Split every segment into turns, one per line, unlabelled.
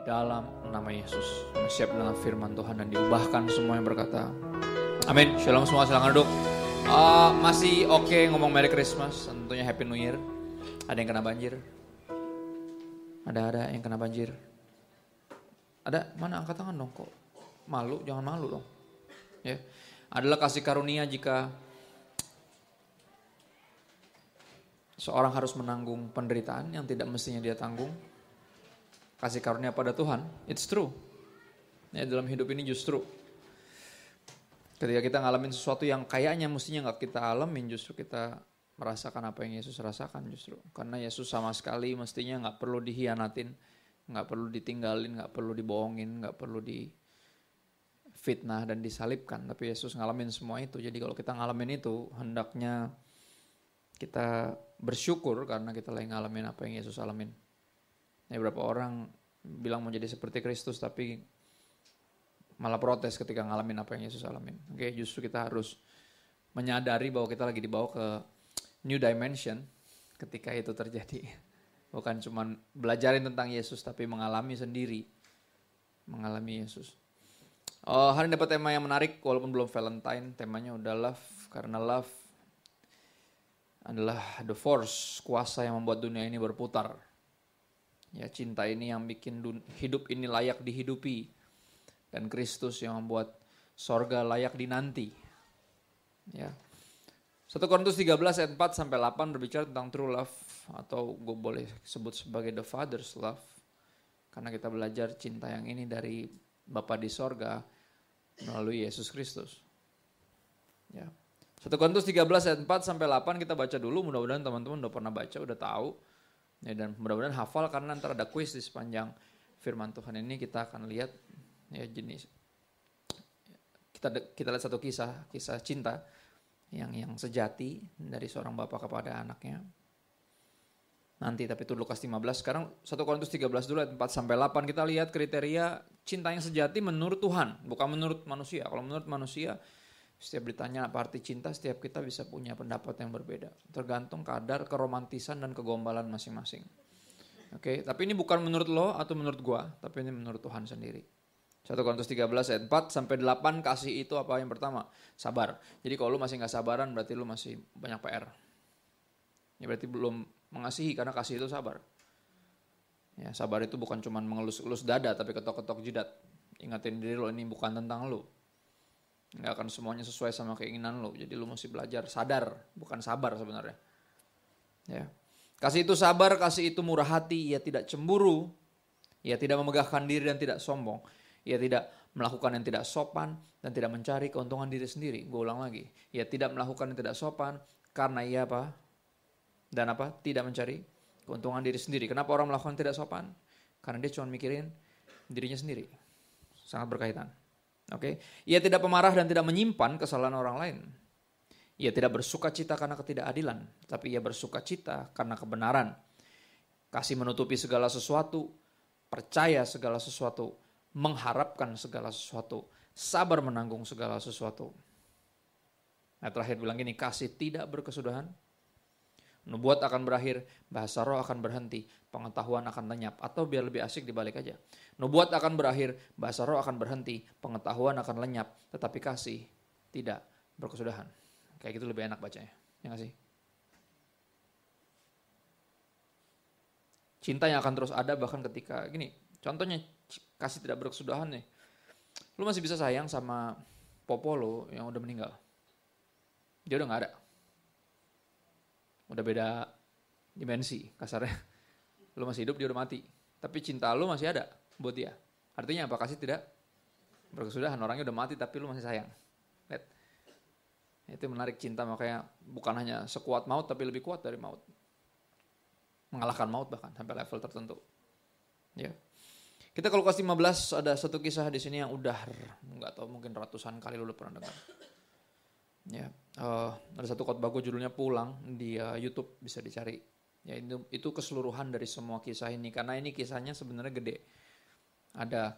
dalam nama Yesus. Siap dengan firman Tuhan dan diubahkan semua yang berkata amin. Shalom semua, silakan duduk. Masih oke ngomong Merry Christmas, tentunya Happy New Year. Ada yang kena banjir? Ada yang kena banjir? Ada? Mana angkat tangan dong, kok malu? Jangan malu dong. Ya. Adalah kasih karunia jika seorang harus menanggung penderitaan yang tidak mestinya dia tanggung. Kasih karunia pada Tuhan, it's true. Ya, dalam hidup ini justru ketika kita ngalamin sesuatu yang kayaknya mestinya gak kita alamin, justru kita merasakan apa yang Yesus rasakan justru. Karena Yesus sama sekali mestinya gak perlu dihianatin, gak perlu ditinggalin, gak perlu dibohongin, gak perlu difitnah dan disalibkan. Tapi Yesus ngalamin semua itu. Jadi kalau kita ngalamin itu, hendaknya kita bersyukur karena kita lagi ngalamin apa yang Yesus alamin. Ya, beberapa orang bilang mau jadi seperti Kristus tapi malah protes ketika ngalamin apa yang Yesus alamin. Oke, justru kita harus menyadari bahwa kita lagi dibawa ke new dimension ketika itu terjadi. Bukan cuma belajarin tentang Yesus tapi mengalami sendiri. Mengalami Yesus. Hari ini dapat tema yang menarik walaupun belum Valentine. Temanya udah love. Karena love adalah the force, kuasa yang membuat dunia ini berputar. Ya, cinta ini yang bikin hidup ini layak dihidupi. Dan Kristus yang membuat sorga layak dinanti. Ya. 1 Korintus 13 ayat 4 sampai 8 berbicara tentang true love, atau gue boleh sebut sebagai the father's love. Karena kita belajar cinta yang ini dari Bapa di sorga melalui Yesus Kristus. Ya. 1 Korintus 13 ayat 4 sampai 8 kita baca dulu, mudah-mudahan teman-teman udah pernah baca, udah tahu. Ya, dan mudah-mudahan hafal karena nanti ada kuis di sepanjang firman Tuhan ini. Kita akan lihat ya jenis. Kita lihat satu kisah cinta yang sejati dari seorang bapak kepada anaknya. Nanti tapi itu Lukas 15. Sekarang 1 Korintus 13 dulu ayat 4 sampai 8 kita lihat kriteria cinta yang sejati menurut Tuhan, bukan menurut manusia. Kalau menurut manusia, setiap ditanya apa arti cinta, setiap kita bisa punya pendapat yang berbeda. Tergantung kadar keromantisan dan kegombalan masing-masing. Oke, tapi ini bukan menurut lo atau menurut gua, tapi ini menurut Tuhan sendiri. 1 Korintus 13 ayat 4 sampai 8 kasih itu apa yang pertama? Sabar. Jadi kalau lo masih gak sabaran berarti lo masih banyak PR. Ya berarti belum mengasihi karena kasih itu sabar. Ya, sabar itu bukan cuma mengelus-elus dada tapi ketok-ketok jidat. Ingatin diri lo ini bukan tentang lo. Nggak akan semuanya sesuai sama keinginan lo. Jadi lo mesti belajar sadar, bukan sabar sebenarnya. Ya. Kasih itu sabar, kasih itu murah hati. Ia tidak cemburu, ia tidak memegahkan diri dan tidak sombong. Ia tidak melakukan yang tidak sopan dan tidak mencari keuntungan diri sendiri. Gue ulang lagi. Ia tidak melakukan yang tidak sopan karena ia apa? Dan apa? Tidak mencari keuntungan diri sendiri. Kenapa orang melakukan yang tidak sopan? Karena dia cuma mikirin dirinya sendiri. Sangat berkaitan. Oke, ia tidak pemarah dan tidak menyimpan kesalahan orang lain. Ia tidak bersuka cita karena ketidakadilan, tapi ia bersuka cita karena kebenaran. Kasih menutupi segala sesuatu, percaya segala sesuatu, mengharapkan segala sesuatu, sabar menanggung segala sesuatu. Nah, terakhir bilang gini, kasih tidak berkesudahan. Nubuat akan berakhir, bahasa roh akan berhenti, pengetahuan akan lenyap. Atau biar lebih asik dibalik aja. Nubuat akan berakhir, bahasa roh akan berhenti, pengetahuan akan lenyap. Tetapi kasih tidak berkesudahan. Kayak gitu lebih enak bacanya. Ya gak sih? Cinta yang akan terus ada bahkan ketika, gini, contohnya kasih tidak berkesudahan nih. Lu masih bisa sayang sama popo lo yang udah meninggal. Dia udah gak ada. Udah beda dimensi kasarnya. Lu masih hidup, dia udah mati. Tapi cinta lu masih ada buat dia. Artinya apa? Kasih tidak berkesudahan. Orangnya udah mati tapi lu masih sayang. Lihat. Itu menarik cinta, makanya bukan hanya sekuat maut tapi lebih kuat dari maut. Mengalahkan maut bahkan sampai level tertentu. Ya. Kita kalau Lukas 15 ada satu kisah di sini yang udah nggak tahu mungkin ratusan kali lu udah pernah dengar. Ya, ada satu khotbah gue judulnya Pulang di YouTube, bisa dicari. Ya, itu keseluruhan dari semua kisah ini karena ini kisahnya sebenarnya gede. Ada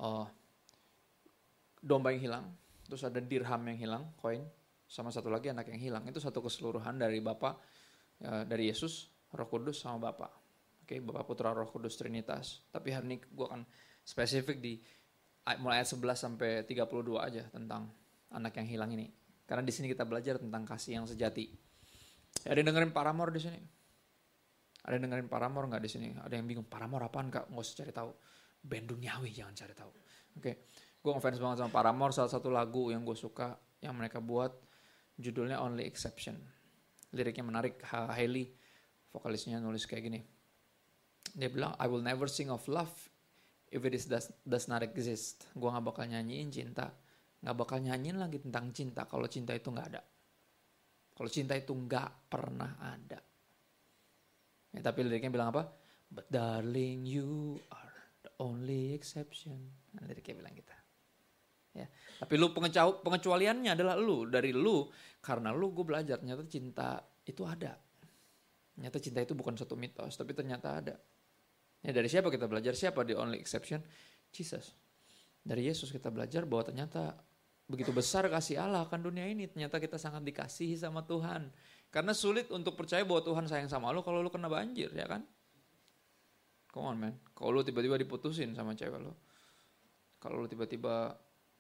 domba yang hilang, terus ada dirham yang hilang, koin, sama satu lagi anak yang hilang. Itu satu keseluruhan dari Bapa, dari Yesus, Roh Kudus sama Bapa. Oke, Bapa, Putra, Roh Kudus, Trinitas. Tapi hari ini gue akan spesifik di mulai ayat 11 sampai 32 aja tentang anak yang hilang ini. Karena di sini kita belajar tentang kasih yang sejati. Ada yang dengerin Paramore di sini? Ada yang dengerin Paramore nggak di sini? Ada yang bingung, Paramore apaan Kak? Nggak usah cari tahu. Band duniawi, jangan cari tahu. Oke, gue ngefans banget sama Paramore. Salah satu lagu yang gue suka yang mereka buat judulnya Only Exception. Liriknya menarik. Hailey, vokalisnya nulis kayak gini. Dia bilang, I will never sing of love if it does not exist. Gue gak bakal nyanyiin cinta. Gak bakal nyanyiin lagi tentang cinta kalau cinta itu gak ada. Kalau cinta itu gak pernah ada. Ya, tapi liriknya bilang apa? But darling, you are the only exception. Nah, liriknya bilang gitu. Ya. Tapi lu pengecualiannya adalah lu. Dari lu, karena lu gue belajar ternyata cinta itu ada. Ternyata cinta itu bukan satu mitos, tapi ternyata ada. Ya, dari siapa kita belajar? Siapa the only exception? Jesus. Dari Yesus kita belajar bahwa ternyata begitu besar kasih Allah akan dunia ini. Ternyata kita sangat dikasihi sama Tuhan. Karena sulit untuk percaya bahwa Tuhan sayang sama lu kalau lu kena banjir, ya kan? Come on man. Kalau lu tiba-tiba diputusin sama cewek lu. Kalau lu tiba-tiba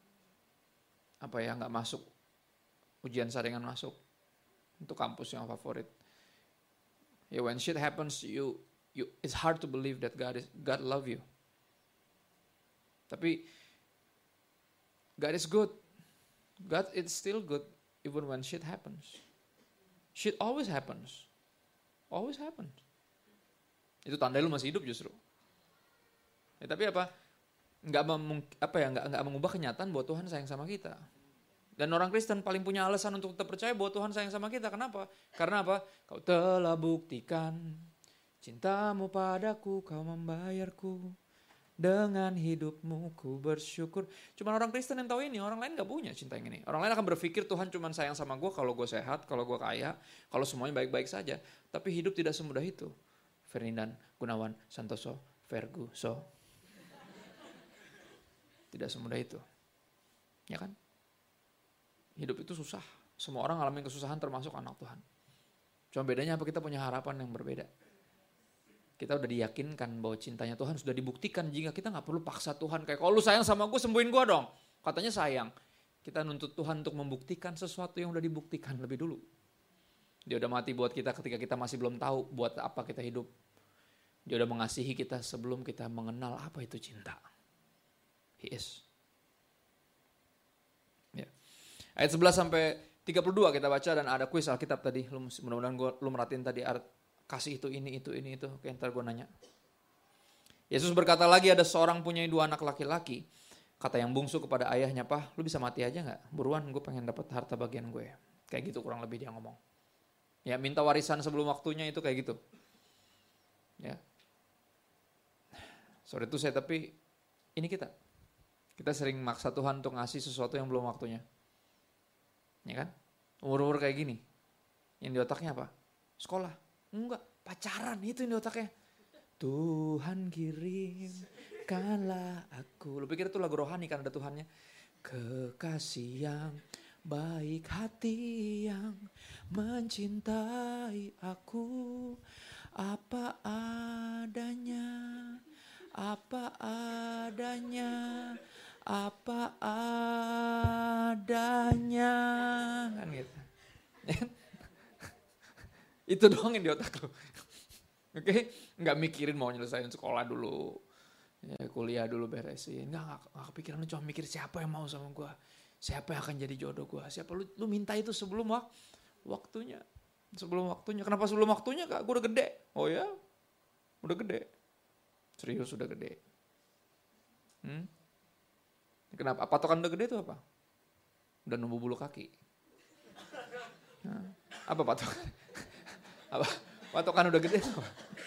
nggak masuk ujian saringan masuk untuk kampus yang favorit. Ya, when shit happens, it's hard to believe that God love you. Tapi God is good. God is still good even when shit happens. Shit always happens. Always happens. Itu tanda lu masih hidup justru. Ya, tapi nggak mengubah kenyataan bahwa Tuhan sayang sama kita. Dan orang Kristen paling punya alasan untuk tetap percaya bahwa Tuhan sayang sama kita. Kenapa? Karena apa? Kau telah buktikan cintamu padaku, kau membayarku dengan hidupmu, ku bersyukur. Cuma orang Kristen yang tahu ini, orang lain gak punya cinta yang ini. Orang lain akan berpikir Tuhan cuma sayang sama gue kalau gue sehat, kalau gue kaya, kalau semuanya baik-baik saja. Tapi hidup tidak semudah itu. Ferdinand Gunawan Santoso Ferguso. Tidak semudah itu. Ya kan? Hidup itu susah. Semua orang ngalamin kesusahan termasuk anak Tuhan. Cuma bedanya apa? Kita punya harapan yang berbeda. Kita udah diyakinkan bahwa cintanya Tuhan sudah dibuktikan. Jika kita gak perlu paksa Tuhan. Kayak kalau lu sayang sama gue, sembuhin gue dong. Katanya sayang. Kita nuntut Tuhan untuk membuktikan sesuatu yang udah dibuktikan lebih dulu. Dia udah mati buat kita ketika kita masih belum tahu buat apa kita hidup. Dia udah mengasihi kita sebelum kita mengenal apa itu cinta. He is. Ayat 11 sampai 32 kita baca dan ada kuis Alkitab tadi. Mudah-mudahan lu merhatiin tadi kasih itu, ini, itu. Oke, ntar gue nanya. Yesus berkata lagi, ada seorang punya 2 anak laki-laki. Kata yang bungsu kepada ayahnya, Pak, lu bisa mati aja gak? Buruan, gue pengen dapat harta bagian gue. Kayak gitu kurang lebih dia ngomong. Ya, minta warisan sebelum waktunya itu kayak gitu. Ya. Sorry itu saya, tapi ini kita. Kita sering maksa Tuhan untuk ngasih sesuatu yang belum waktunya. Ya kan? Umur-umur kayak gini. Yang di otaknya apa? Sekolah. Enggak, pacaran itu yang di otaknya. Tuhan kirimkanlah aku. Lu pikir itu lagu rohani kan ada Tuhannya? Kekasih yang baik hati yang mencintai aku. Apa adanya. Apa adanya. Apa adanya. Kan gitu. Itu doang yang di otak lo. Oke, nggak mikirin mau nyelesain sekolah dulu, ya, kuliah dulu beresin. Nggak kepikiran, lu cuma mikir siapa yang mau sama gue, siapa yang akan jadi jodoh gue, siapa lu minta itu sebelum waktunya. Sebelum waktunya. Kenapa sebelum waktunya Kak? Gue udah gede. Oh ya, udah gede. Serius udah gede. Kenapa? Patokan udah gede itu apa? Udah numbuh bulu kaki. Nah, apa patokan? Apa? Patokan udah gede tuh.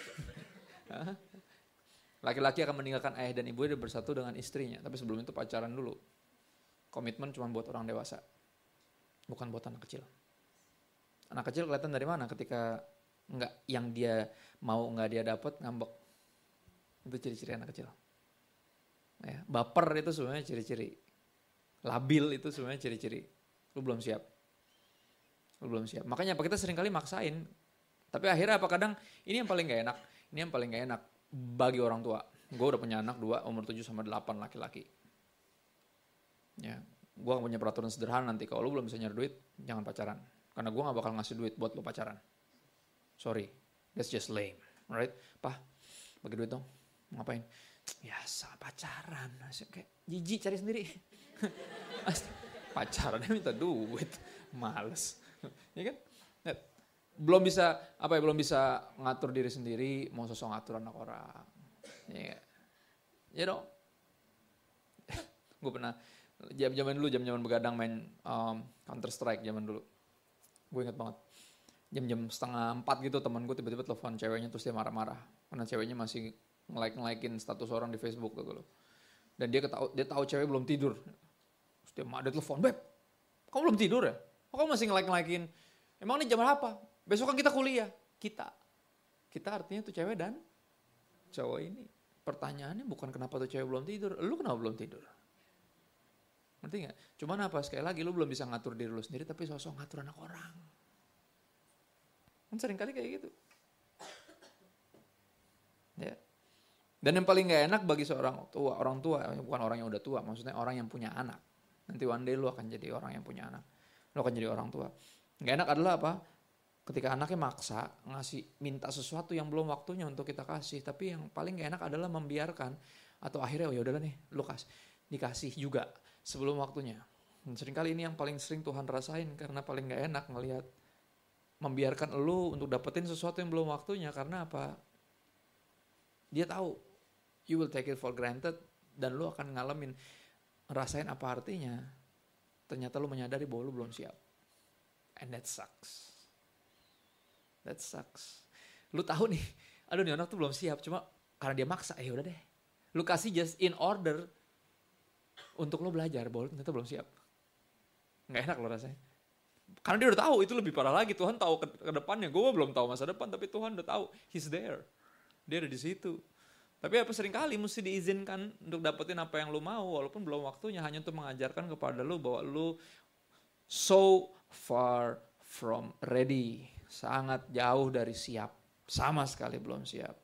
Laki-laki akan meninggalkan ayah dan ibunya dan bersatu dengan istrinya. Tapi sebelum itu pacaran dulu. Komitmen cuma buat orang dewasa. Bukan buat anak kecil. Anak kecil kelihatan dari mana ketika yang dia mau nggak dia dapat, ngambek. Itu ciri-ciri anak kecil. Ya, baper itu sebenarnya ciri-ciri. Labil itu sebenarnya ciri-ciri. Lu belum siap. Makanya apa kita seringkali maksain. Tapi akhirnya apa kadang ini yang paling gak enak. Ini yang paling gak enak bagi orang tua. Gue udah punya anak 2, umur 7 sama 8 laki-laki. Ya, gue punya peraturan sederhana nanti. Kalau lu belum bisa nyari duit, jangan pacaran. Karena gue gak bakal ngasih duit buat lu pacaran. Sorry, that's just lame. Alright, Pak, bagi duit dong. Ngapain? Biasa pacaran. Kayak jijik cari sendiri. Pacarannya minta duit. Males. Ya kan? Belum bisa ngatur diri sendiri, mau sosok ngatur anak orang. Ya, you know. Gue pernah zaman begadang main Counter Strike zaman dulu. Gue inget banget. Jam 3:30 gitu teman gue tiba-tiba telepon ceweknya terus dia marah-marah karena ceweknya masih nge-like-in status orang di Facebook gitu loh. Dan dia tahu cewek belum tidur. Terus dia telepon, "Beb, kamu belum tidur ya? Kamu masih nge-like-in? Emang ini jam berapa? Besok kan kita kuliah." Kita artinya tuh cewek dan cowok ini. Pertanyaannya bukan kenapa tuh cewek belum tidur, lu kenapa belum tidur? Ngerti gak? Cuman apa, sekali lagi lu belum bisa ngatur diri lu sendiri tapi sosok ngatur anak orang. Kan sering kali kayak gitu. Ya. Dan yang paling gak enak bagi seorang orang tua, bukan orang yang udah tua, maksudnya orang yang punya anak. Nanti one day lu akan jadi orang yang punya anak. Lu akan jadi orang tua. Gak enak adalah apa? Ketika anaknya maksa minta sesuatu yang belum waktunya untuk kita kasih, tapi yang paling gak enak adalah membiarkan atau akhirnya ya udahlah nih, lu dikasih juga sebelum waktunya. Dan seringkali ini yang paling sering Tuhan rasain karena paling gak enak ngelihat membiarkan lu untuk dapetin sesuatu yang belum waktunya. Karena apa? Dia tahu you will take it for granted dan lu akan ngerasain apa artinya. Ternyata lu menyadari bahwa lu belum siap. And that sucks. That sucks. Lu tahu nih, aduh nih anak tuh belum siap, cuma karena dia maksa, udah deh. Lu kasih just in order untuk lu belajar bahwa lu ternyata belum siap. Nggak enak lo rasanya. Karena dia udah tahu, itu lebih parah lagi. Tuhan tahu ke depannya. Gue belum tahu masa depan, tapi Tuhan udah tahu. He's there. Dia ada di situ. Tapi apa seringkali mesti diizinkan untuk dapetin apa yang lu mau, walaupun belum waktunya, hanya untuk mengajarkan kepada lu bahwa lu so far from ready. Sangat jauh dari siap. Sama sekali belum siap.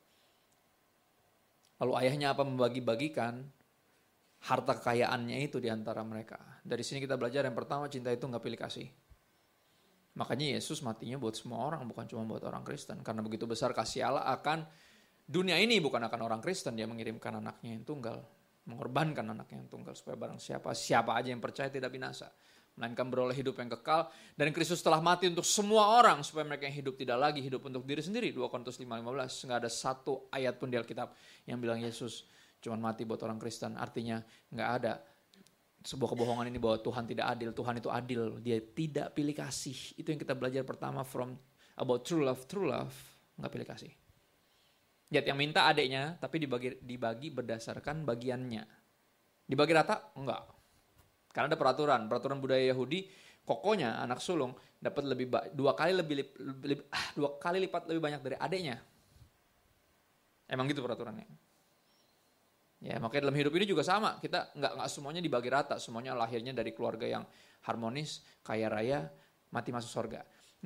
Lalu ayahnya apa membagi-bagikan harta kekayaannya itu di antara mereka. Dari sini kita belajar yang pertama, cinta itu gak pilih kasih. Makanya Yesus matinya buat semua orang, bukan cuma buat orang Kristen. Karena begitu besar kasih Allah akan dunia ini, bukan akan orang Kristen. Dia mengirimkan anaknya yang tunggal, mengorbankan anaknya yang tunggal supaya barang siapa aja yang percaya tidak binasa, melainkan beroleh hidup yang kekal. Dan Kristus telah mati untuk semua orang supaya mereka yang hidup tidak lagi hidup untuk diri sendiri. 2 Korintus 5:15. Nggak ada satu ayat pun di Alkitab yang bilang Yesus cuma mati buat orang Kristen. Artinya nggak ada sebuah kebohongan ini bahwa Tuhan tidak adil. Tuhan itu adil. Dia tidak pilih kasih. Itu yang kita belajar pertama about true love. True love nggak pilih kasih. Lihat yang minta adiknya, tapi dibagi berdasarkan bagiannya. Dibagi rata? Enggak. Karena ada peraturan budaya Yahudi, kokonya anak sulung dapat dua kali lipat lebih banyak dari adiknya. Emang gitu peraturannya. Ya, makanya dalam hidup ini juga sama. Kita nggak semuanya dibagi rata, semuanya lahirnya dari keluarga yang harmonis, kaya raya, mati masuk surga.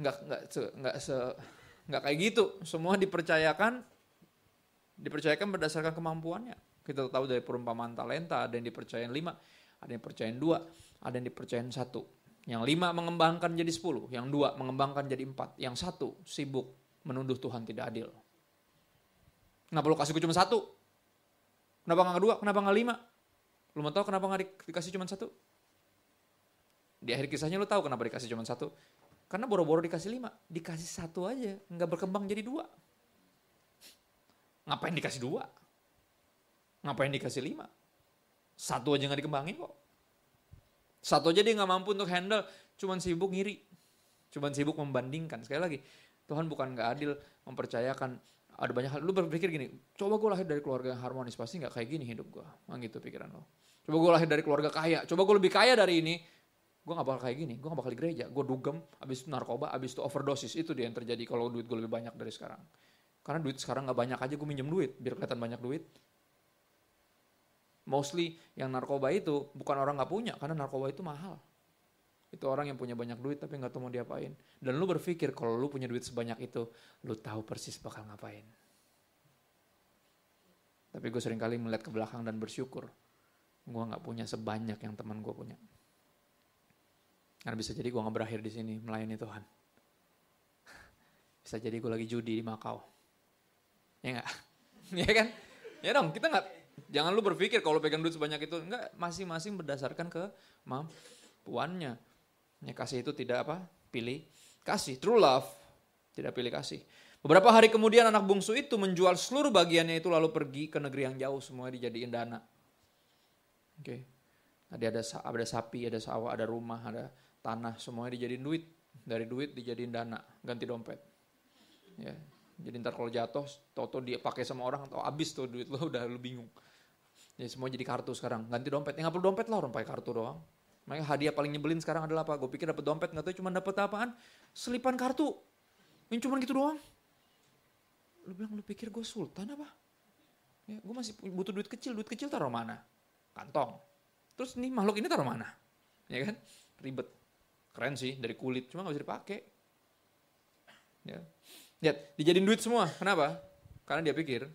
Nggak kayak gitu. Semua dipercayakan berdasarkan kemampuannya. Kita tahu dari perumpamaan talenta, ada yang dipercayain 5, ada yang dipercayain 2, ada yang dipercayain 1. Yang 5 mengembangkan jadi 10, yang 2 mengembangkan jadi 4, yang 1 sibuk menuduh Tuhan tidak adil. Kenapa lu kasih gue cuma 1? Kenapa nggak 2? Kenapa nggak 5? Lu mau tahu kenapa nggak dikasih cuma 1? Di akhir kisahnya lu tahu kenapa dikasih cuma 1? Karena boro-boro dikasih 5, dikasih 1 aja, nggak berkembang jadi 2. Ngapain dikasih 2? Ngapain dikasih 5? 1 aja gak dikembangin kok. 1 aja dia gak mampu untuk handle. Cuman sibuk ngiri. Cuman sibuk membandingkan. Sekali lagi, Tuhan bukan gak adil mempercayakan. Ada banyak hal. Lu berpikir gini, coba gue lahir dari keluarga yang harmonis, pasti gak kayak gini hidup gue. Gitu pikiran lo. Coba gue lahir dari keluarga kaya. Coba gue lebih kaya dari ini. Gue gak bakal kayak gini. Gue gak bakal di gereja. Gue dugem, abis itu narkoba, abis itu overdosis. Itu dia yang terjadi kalau duit gue lebih banyak dari sekarang. Karena duit sekarang gak banyak aja, gue minjem duit biar kelihatan banyak duit. Mostly yang narkoba itu bukan orang gak punya, karena narkoba itu mahal. Itu orang yang punya banyak duit tapi gak tahu mau diapain. Dan lu berpikir kalau lu punya duit sebanyak itu, lu tahu persis bakal ngapain. Tapi gue seringkali melihat ke belakang dan bersyukur. Gue gak punya sebanyak yang teman gue punya. Karena bisa jadi gue gak berakhir di sini melayani Tuhan. Bisa jadi gue lagi judi di Makau. Ya gak? Ya kan? Ya dong, kita gak, jangan lu berpikir kalau pegang duit sebanyak itu. Enggak, masing-masing berdasarkan kemampuannya. Ya, kasih itu tidak apa? Pilih kasih. True love. Tidak pilih kasih. Beberapa hari kemudian anak bungsu itu menjual seluruh bagiannya itu lalu pergi ke negeri yang jauh. Semuanya dijadiin dana. Oke. Tadi ada sapi, ada sawah, ada rumah, ada tanah. Semuanya dijadiin duit. Dari duit dijadiin dana. Ganti dompet. Ya. Jadi ntar kalau jatuh, toto dia pakai sama orang, atau habis tuh duit lo, udah lu bingung. Jadi semua jadi kartu sekarang. Ganti dompet. Ya gak perlu dompet lah, orang pakai kartu doang. Makanya hadiah paling nyebelin sekarang adalah apa? Gue pikir dapet dompet, gak tahu cuma dapet apaan? Selipan kartu. Yang cuma gitu doang. Lu bilang, lu pikir gue sultan apa? Ya, gue masih butuh duit kecil taruh mana? Kantong. Terus nih makhluk ini taruh mana? Ya kan? Ribet. Keren sih, dari kulit, cuma gak bisa dipakai. Ya. Lihat, dijadiin duit semua. Kenapa? Karena dia pikir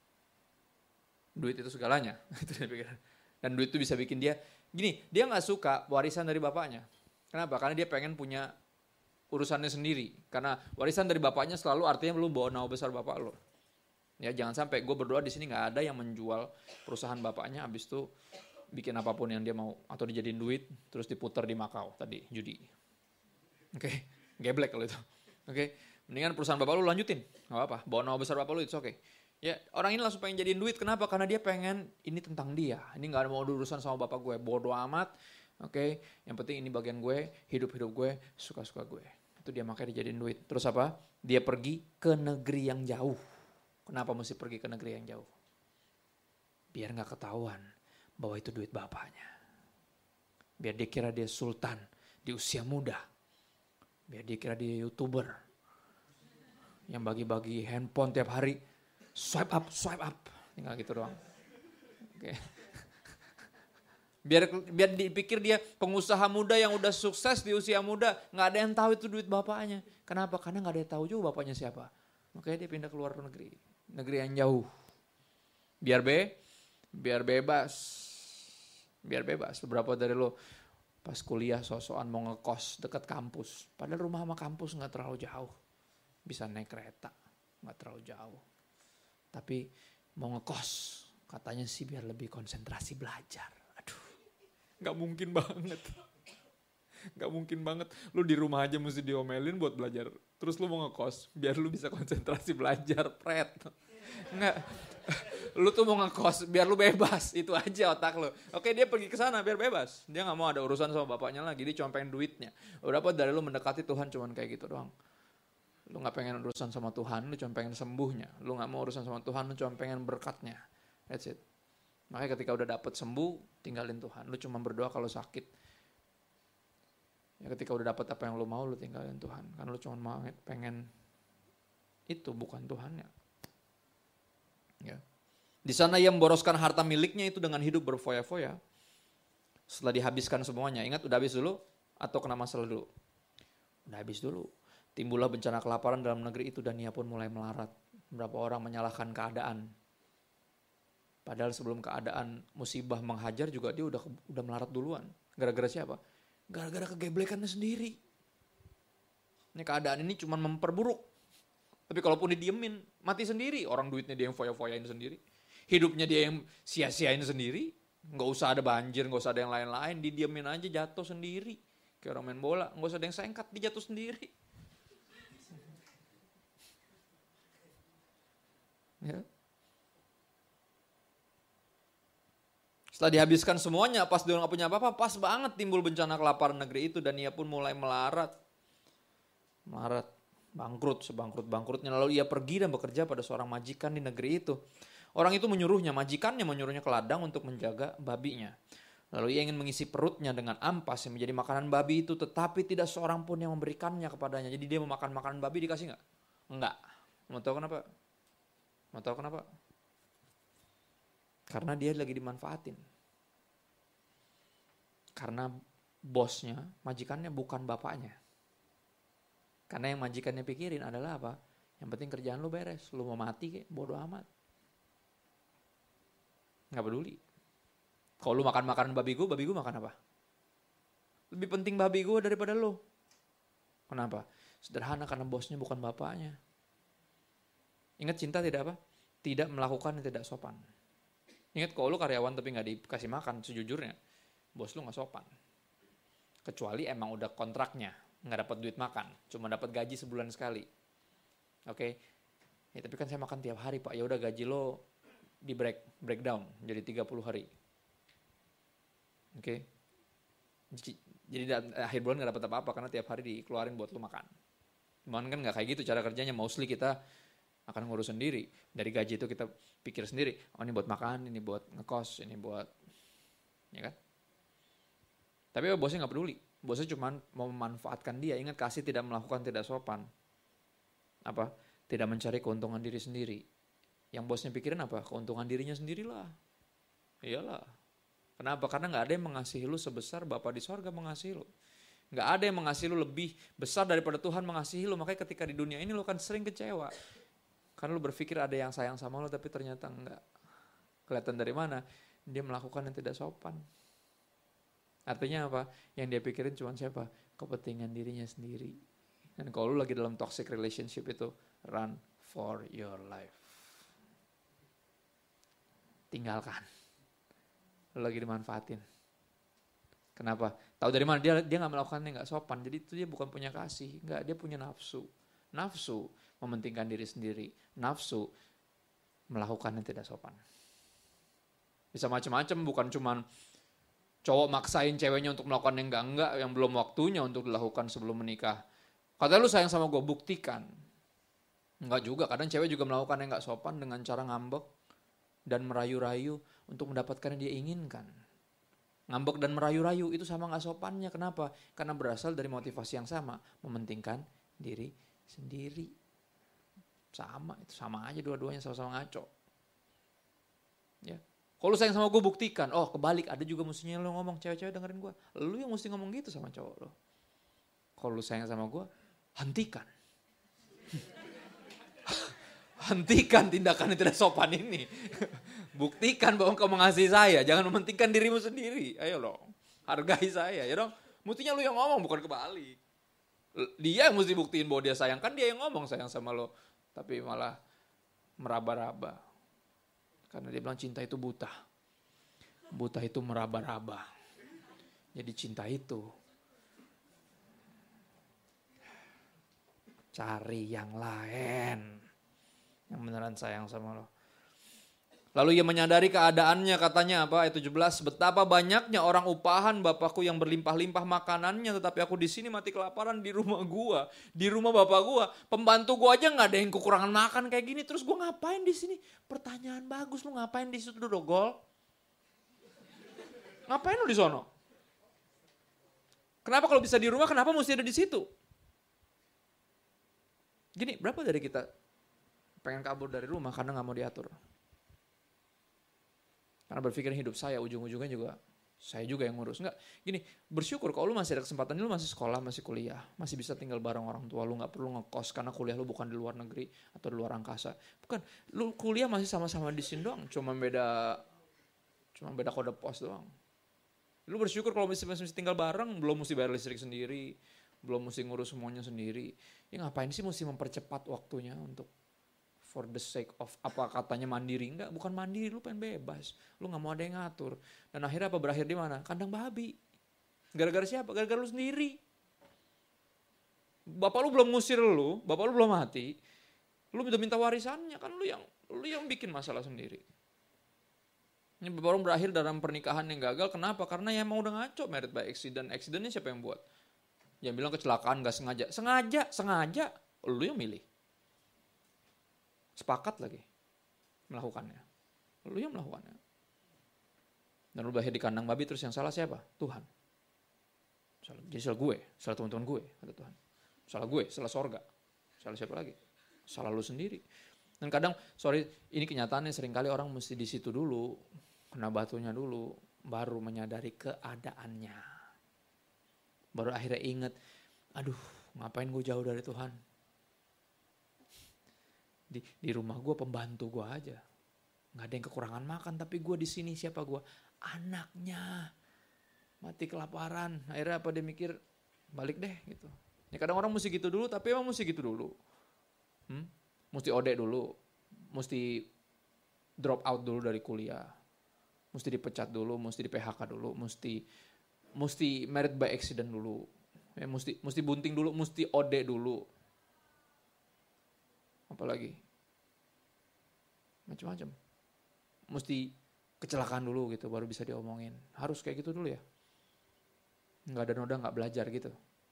duit itu segalanya. Itu dia pikir. Dan duit itu bisa bikin dia gini, dia gak suka warisan dari bapaknya. Kenapa? Karena dia pengen punya urusannya sendiri. Karena warisan dari bapaknya selalu artinya lu bawa nama besar bapak lu. Ya jangan sampai gue berdoa di sini gak ada yang menjual perusahaan bapaknya habis itu bikin apapun yang dia mau atau dijadiin duit terus diputar di Makau tadi judi. Oke, geblek kalau itu. Oke, mendingan perusahaan bapak lu lanjutin, gak apa-apa. Bawa nama besar bapak lu itu oke. Ya orang ini langsung pengen jadiin duit, kenapa? Karena dia pengen ini tentang dia. Ini gak ada mau urusan sama bapak gue, bodo amat. Oke, yang penting ini bagian gue, hidup-hidup gue, suka-suka gue. Itu dia makanya dijadiin duit. Terus apa? Dia pergi ke negeri yang jauh. Kenapa mesti pergi ke negeri yang jauh? Biar gak ketahuan bahwa itu duit bapaknya. Biar dia kira dia sultan di usia muda. Biar dia kira dia YouTuber yang bagi-bagi handphone tiap hari. Swipe up. Tinggal gitu doang. Oke. Biar dipikir dia pengusaha muda yang udah sukses di usia muda. Gak ada yang tahu itu duit bapaknya. Kenapa? Karena gak ada yang tahu juga bapaknya siapa. Makanya dia pindah keluar negeri. Negeri yang jauh. Biar bebas. Beberapa dari lo pas kuliah sosokan mau ngekos dekat kampus. Padahal rumah sama kampus gak terlalu jauh. Bisa naik kereta. Gak terlalu jauh. Tapi mau ngekos. Katanya sih biar lebih konsentrasi belajar. Gak mungkin banget. Lu di rumah aja mesti diomelin buat belajar. Terus lu mau ngekos biar lu bisa konsentrasi belajar. Pret. Enggak. Lu tuh mau ngekos biar lu bebas. Itu aja otak lu. Oke, dia pergi ke sana biar bebas. Dia gak mau ada urusan sama bapaknya lagi. Dia cuma pengen duitnya. Berapa dari lu mendekati Tuhan cuman kayak gitu doang. Lu gak pengen urusan sama Tuhan. Lu cuma pengen sembuhnya. Lu gak mau urusan sama Tuhan. Lu cuma pengen berkatnya. That's it. Makanya ketika udah dapet sembuh, tinggalin Tuhan. Lu cuma berdoa kalau sakit. Ya ketika udah dapet apa yang lu mau, lu tinggalin Tuhan. Karena lu cuma pengen itu, bukan Tuhannya. Ya. Di sana ia memboroskan harta miliknya itu dengan hidup berfoya-foya. Setelah dihabiskan semuanya. Ingat udah habis dulu atau kena masalah dulu? Udah habis dulu. Timbullah bencana kelaparan dalam negeri itu dan ia pun mulai melarat. Beberapa orang menyalahkan keadaan. Padahal sebelum keadaan musibah menghajar juga dia udah melarat duluan. Gara-gara siapa? Gara-gara kegeblekannya sendiri. Ini keadaan ini cuma memperburuk. Tapi kalaupun didiemin, mati sendiri. Orang duitnya dia yang foya-foyain sendiri. Hidupnya dia yang sia-siain sendiri. Gak usah ada banjir, gak usah ada yang lain-lain. Didiemin aja jatuh sendiri. Kayak orang main bola, gak usah ada yang sengkat, dia jatuh sendiri. Ya. Setelah dihabiskan semuanya, pas dia gak punya apa-apa, pas banget timbul bencana kelaparan negeri itu dan ia pun mulai melarat. Bangkrut, sebangkrut-bangkrutnya. Lalu ia pergi dan bekerja pada seorang majikan di negeri itu. Orang itu majikannya menyuruhnya ke ladang untuk menjaga babinya. Lalu ia ingin mengisi perutnya dengan ampas yang menjadi makanan babi itu, tetapi tidak seorang pun yang memberikannya kepadanya. Jadi dia mau makan makanan babi, dikasih gak? Enggak. Mau tahu kenapa? Karena dia lagi dimanfaatin. Karena bosnya, majikannya bukan bapaknya. Karena yang majikannya pikirin adalah apa? Yang penting kerjaan lu beres. Lu mau mati kek, bodo amat. Nggak peduli. Kalau lu makan makanan babi gue makan apa? Lebih penting babi gue daripada lu. Kenapa? Sederhana, karena bosnya bukan bapaknya. Ingat, cinta tidak apa? Tidak melakukan yang tidak sopan. Ingat, kalau lu karyawan tapi nggak dikasih makan, sejujurnya bos lu nggak sopan. Kecuali emang udah kontraknya, nggak dapat duit makan, cuma dapat gaji sebulan sekali. Oke? Ya, tapi kan saya makan tiap hari Pak. Ya udah, gaji lo di breakdown jadi 30 hari. Oke? Jadi akhir bulan nggak dapat apa-apa karena tiap hari dikeluarin buat lo makan. Cuman kan nggak kayak gitu cara kerjanya. Mostly kita akan ngurus sendiri. Dari gaji itu kita pikir sendiri. Oh, ini buat makan, ini buat ngekos, ini buat, ya kan? Tapi bosnya nggak peduli. Bosnya cuma mau memanfaatkan dia. Ingat, kasih tidak melakukan tidak sopan. Apa? Tidak mencari keuntungan diri sendiri. Yang bosnya pikirin apa? Keuntungan dirinya sendirilah. Iyalah. Kenapa? Karena nggak ada yang mengasihi lu sebesar Bapa di sorga mengasihi lu. Nggak ada yang mengasihi lu lebih besar daripada Tuhan mengasihi lu. Makanya ketika di dunia ini lu kan sering kecewa. Karena lu berpikir ada yang sayang sama lu, tapi ternyata enggak. Kelihatan dari mana? Dia melakukan yang tidak sopan. Artinya apa? Yang dia pikirin cuma siapa? Kepentingan dirinya sendiri. Dan kalau lu lagi dalam toxic relationship itu, run for your life. Tinggalkan. Lu lagi dimanfaatin. Kenapa? Tahu dari mana? Dia nggak melakukannya, nggak sopan. Jadi itu dia bukan punya kasih. Nggak, dia punya nafsu. Nafsu mementingkan diri sendiri. Nafsu melakukan yang tidak sopan. Bisa macam-macam, bukan cuman cowok maksain ceweknya untuk melakukan yang enggak, yang belum waktunya untuk dilakukan sebelum menikah. Kata lu sayang sama gue, buktikan. Enggak juga, kadang cewek juga melakukan yang enggak sopan dengan cara ngambek dan merayu-rayu untuk mendapatkan yang dia inginkan. Ngambek dan merayu-rayu itu sama enggak sopannya. Kenapa? Karena berasal dari motivasi yang sama, mementingkan diri sendiri. Sama, itu sama aja dua-duanya, sama-sama ngaco. Ya. Kalau sayang sama gue, buktikan. Oh, kebalik, ada juga mestinya lo ngomong, cewek-cewek dengerin gue. Lo yang mesti ngomong gitu sama cowok lo. Kalau lo sayang sama gue, hentikan. Hentikan tindakan yang tidak sopan ini. Buktikan bahwa kau mengasihi saya. Jangan mementingkan dirimu sendiri. Ayo lo, hargai saya. Ya dong, mestinya lo yang ngomong, bukan kebalik. Dia yang mesti buktiin bahwa dia sayang. Kan dia yang ngomong sayang sama lo. Tapi malah meraba-raba. Karena dia bilang cinta itu buta. Buta itu meraba-raba. Jadi cinta itu cari yang lain. Yang beneran sayang sama lo. Lalu ia menyadari keadaannya, katanya apa? Ayat 17, betapa banyaknya orang upahan Bapakku yang berlimpah-limpah makanannya, tetapi aku di sini mati kelaparan di rumah gua, di rumah bapak gua. Pembantu gua aja nggak ada yang kekurangan makan kayak gini, terus gua ngapain di sini? Pertanyaan bagus, lu ngapain di situ dogol? Ngapain lu di sono? Kenapa kalau bisa di rumah, kenapa mesti ada di situ? Gini, berapa dari kita pengen kabur dari rumah karena nggak mau diatur? Karena berpikir hidup saya ujung-ujungnya juga saya juga yang ngurus. Enggak, gini, bersyukur kalau lu masih ada kesempatan, lu masih sekolah, masih kuliah, masih bisa tinggal bareng orang tua, lu gak perlu ngekos karena kuliah lu bukan di luar negeri atau di luar angkasa. Bukan, lu kuliah masih sama-sama di sini doang, cuma beda kode pos doang. Lu bersyukur kalau masih tinggal bareng, belum mesti bayar listrik sendiri, belum mesti ngurus semuanya sendiri. Ya ngapain sih mesti mempercepat waktunya untuk for the sake of apa katanya mandiri? Enggak, bukan mandiri, lu pengen bebas. Lu gak mau ada yang ngatur. Dan akhirnya apa, berakhir di mana? Kandang babi. Gara-gara siapa? Gara-gara lu sendiri. Bapak lu belum ngusir lu, bapak lu belum mati. Lu udah minta warisannya, kan lu yang bikin masalah sendiri. Ini baru berakhir dalam pernikahan yang gagal. Kenapa? Karena ya emang udah ngaco, married by accident. Accidentnya siapa yang buat? Yang bilang kecelakaan gak sengaja. Sengaja. Lu yang milih. Sepakat lagi melakukannya. Lu yang melakukannya. Dan lu berakhir di kandang babi, terus yang salah siapa? Tuhan. Jadi salah gue, salah teman-teman gue, kata Tuhan. Salah gue, salah sorga. Salah siapa lagi? Salah lu sendiri. Dan kadang, ini kenyataannya seringkali orang mesti di situ dulu, kena batunya dulu, baru menyadari keadaannya. Baru akhirnya ingat, aduh ngapain gue jauh dari Tuhan. Di rumah gue pembantu gue aja. Nggak ada yang kekurangan makan, tapi gue di sini siapa gue? Anaknya. Mati kelaparan. Akhirnya apa dia mikir, balik deh gitu. Ya kadang orang mesti gitu dulu, tapi emang mesti gitu dulu. Mesti OD dulu. Mesti drop out dulu dari kuliah. Mesti dipecat dulu, mesti di PHK dulu, mesti married by accident dulu. Ya, mesti bunting dulu, mesti OD dulu. Apalagi? Macam-macam. Mesti kecelakaan dulu gitu baru bisa diomongin. Harus kayak gitu dulu ya. Nggak ada noda nggak belajar gitu.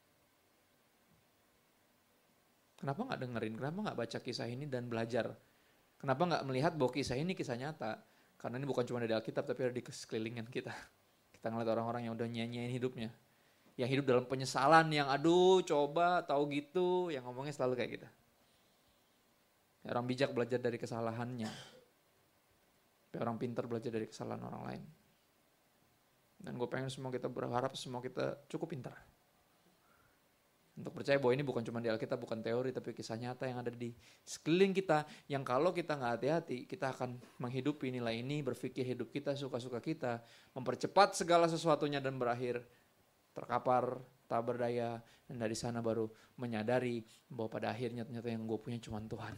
Kenapa nggak dengerin? Kenapa nggak baca kisah ini dan belajar? Kenapa nggak melihat bahwa kisah ini kisah nyata? Karena ini bukan cuma dari Alkitab tapi ada di sekelilingan kita. Kita ngeliat orang-orang yang udah nyanyiin hidupnya. Yang hidup dalam penyesalan, yang aduh coba tahu gitu, yang ngomongnya selalu kayak gitu. Orang bijak belajar dari kesalahannya. Orang pintar belajar dari kesalahan orang lain. Dan gue pengen semua kita berharap semua kita cukup pintar. Untuk percaya bahwa ini bukan cuma di Alkitab, bukan teori, tapi kisah nyata yang ada di sekeliling kita. Yang kalau kita nggak hati-hati, kita akan menghidupi nilai ini, berpikir hidup kita, suka-suka kita. Mempercepat segala sesuatunya dan berakhir terkapar, tak berdaya. Dan dari sana baru menyadari bahwa pada akhirnya ternyata yang gue punya cuma Tuhan.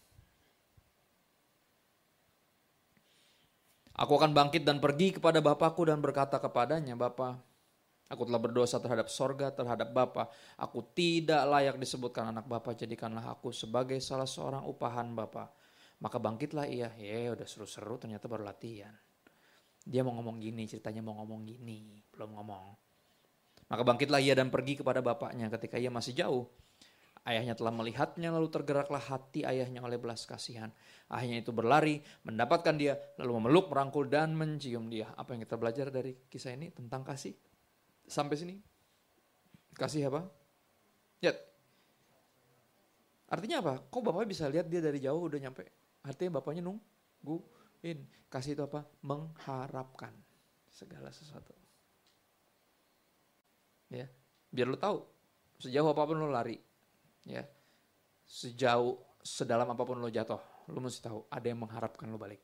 Aku akan bangkit dan pergi kepada Bapakku dan berkata kepadanya, Bapa, aku telah berdosa terhadap sorga, terhadap Bapa. Aku tidak layak disebutkan anak Bapa, jadikanlah aku sebagai salah seorang upahan Bapa. Maka bangkitlah ia, udah seru-seru ternyata baru latihan. Dia mau ngomong gini, ceritanya mau ngomong gini, belum ngomong. Maka bangkitlah ia dan pergi kepada bapaknya ketika ia masih jauh. Ayahnya telah melihatnya lalu tergeraklah hati ayahnya oleh belas kasihan. Ayahnya itu berlari, mendapatkan dia, lalu memeluk, merangkul dan mencium dia. Apa yang kita belajar dari kisah ini tentang kasih? Sampai sini. Kasih apa? Lihat. Artinya apa? Kok bapaknya bisa lihat dia dari jauh udah nyampe? Artinya bapaknya nungguin. Kasih itu apa? Mengharapkan segala sesuatu. Ya, biar lu tahu sejauh apapun lu lari. Ya, sedalam apapun lo jatuh, lo mesti tahu ada yang mengharapkan lo balik.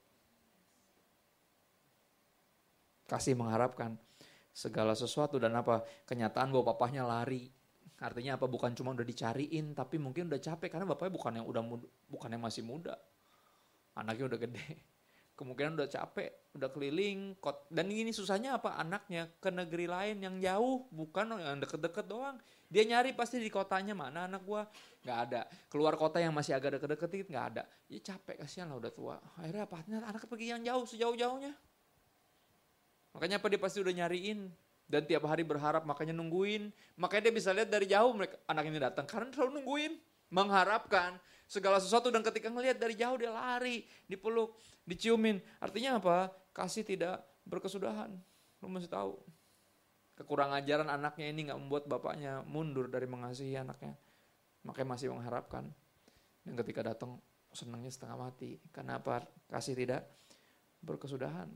Kasih mengharapkan segala sesuatu dan apa kenyataan bahwa papahnya lari. Artinya apa? Bukan cuma udah dicariin, tapi mungkin udah capek karena bapaknya bukan yang masih muda, anaknya udah gede. Kemungkinan udah capek, udah keliling. Dan ini susahnya apa? Anaknya ke negeri lain yang jauh, bukan yang deket-deket doang. Dia nyari pasti di kotanya, mana anak gua? Gak ada. Keluar kota yang masih agak deket-deket dikit gak ada. Ya capek, kasihan lah udah tua. Akhirnya apa? Anaknya pergi yang jauh, sejauh-jauhnya. Makanya apa? Dia pasti udah nyariin. Dan tiap hari berharap, makanya nungguin. Makanya dia bisa lihat dari jauh anak ini datang. Karena selalu nungguin, mengharapkan segala sesuatu. Dan ketika ngelihat dari jauh dia lari, dipeluk, diciumin. Artinya apa? Kasih tidak berkesudahan. Lu mesti tahu. Kekurangan ajaran anaknya ini gak membuat bapaknya mundur dari mengasihi anaknya. Makanya masih mengharapkan. Dan ketika datang senangnya setengah mati. Karena apa? Kasih tidak berkesudahan.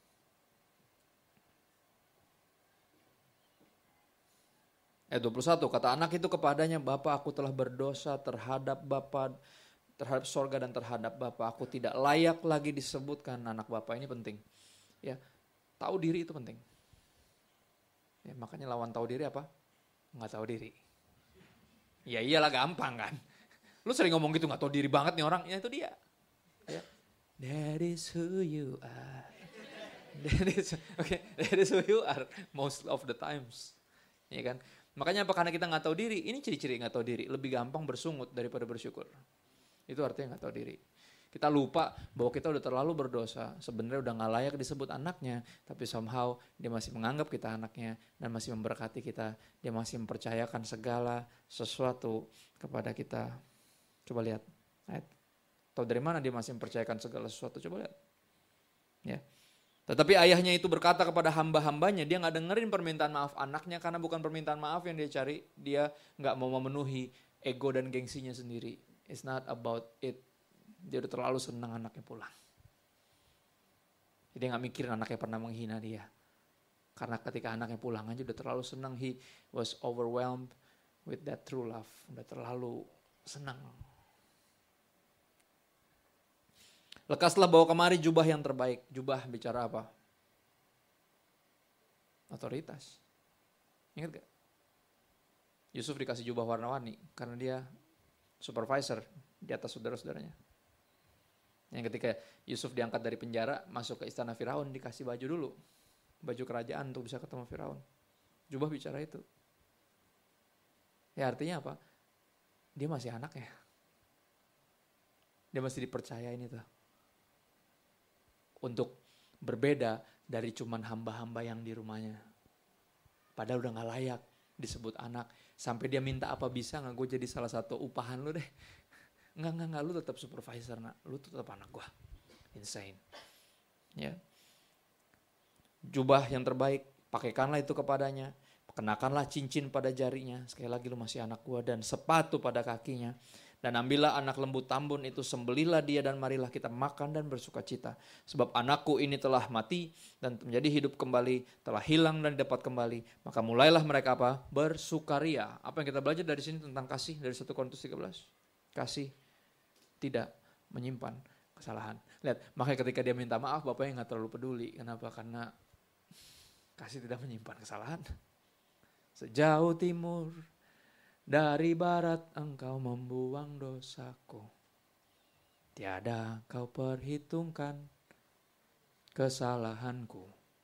Ayat 21, kata anak itu kepadanya, Bapa, aku telah berdosa terhadap Bapa, terhadap sorga dan terhadap Bapa. Aku tidak layak lagi disebutkan anak Bapa. Ini penting. Ya, tahu diri itu penting. Ya, makanya lawan tahu diri apa? Nggak tahu diri. Ya iyalah gampang kan. Lu sering ngomong gitu nggak tahu diri banget nih orang. Ya itu dia. Ya. That is who you are. That is who you are most of the times. Ya kan? Makanya apa? Karena kita nggak tahu diri. Ini ciri-ciri nggak tahu diri. Lebih gampang bersungut daripada bersyukur. Itu artinya nggak tahu diri. Kita lupa bahwa kita udah terlalu berdosa. Sebenarnya udah gak layak disebut anaknya. Tapi somehow dia masih menganggap kita anaknya. Dan masih memberkati kita. Dia masih mempercayakan segala sesuatu kepada kita. Coba lihat. Tahu dari mana dia masih mempercayakan segala sesuatu? Coba lihat. Ya. Tetapi ayahnya itu berkata kepada hamba-hambanya. Dia gak dengerin permintaan maaf anaknya. Karena bukan permintaan maaf yang dia cari. Dia gak mau memenuhi ego dan gengsinya sendiri. It's not about it. Dia udah terlalu senang anaknya pulang. Jadi dia gak mikirin anaknya pernah menghina dia. Karena ketika anaknya pulang aja udah terlalu senang. He was overwhelmed with that true love. Udah terlalu senang. Lekaslah bawa kemari jubah yang terbaik. Jubah bicara apa? Otoritas. Ingat gak? Yusuf dikasih jubah warna-warni karena dia supervisor di atas saudara-saudaranya. Yang ketika Yusuf diangkat dari penjara, masuk ke istana Firaun, dikasih baju dulu. Baju kerajaan untuk bisa ketemu Firaun. Jubah bicara itu. Ya artinya apa? Dia masih anak ya. Dia masih dipercayain itu. Untuk berbeda dari cuman hamba-hamba yang di rumahnya. Padahal udah gak layak disebut anak. Sampai dia minta apa bisa gak gue jadi salah satu upahan lu deh. Enggak, lu tetap supervisor nak. Lu tetap anak gue. Insane. Ya. Jubah yang terbaik, pakaikanlah itu kepadanya. Kenakanlah cincin pada jarinya. Sekali lagi lu masih anak gue. Dan sepatu pada kakinya. Dan ambillah anak lembu tambun itu, sembelilah dia dan marilah kita makan dan bersuka cita. Sebab anakku ini telah mati dan menjadi hidup kembali, telah hilang dan dapat kembali. Maka mulailah mereka apa? Bersukaria. Apa yang kita belajar dari sini tentang kasih dari 1 Korintus 13? Kasih tidak menyimpan kesalahan. Lihat, makanya ketika dia minta maaf, bapaknya gak terlalu peduli. Kenapa? Karena kasih tidak menyimpan kesalahan. Sejauh timur dari barat engkau membuang dosaku. Tiada kau perhitungkan kesalahanku.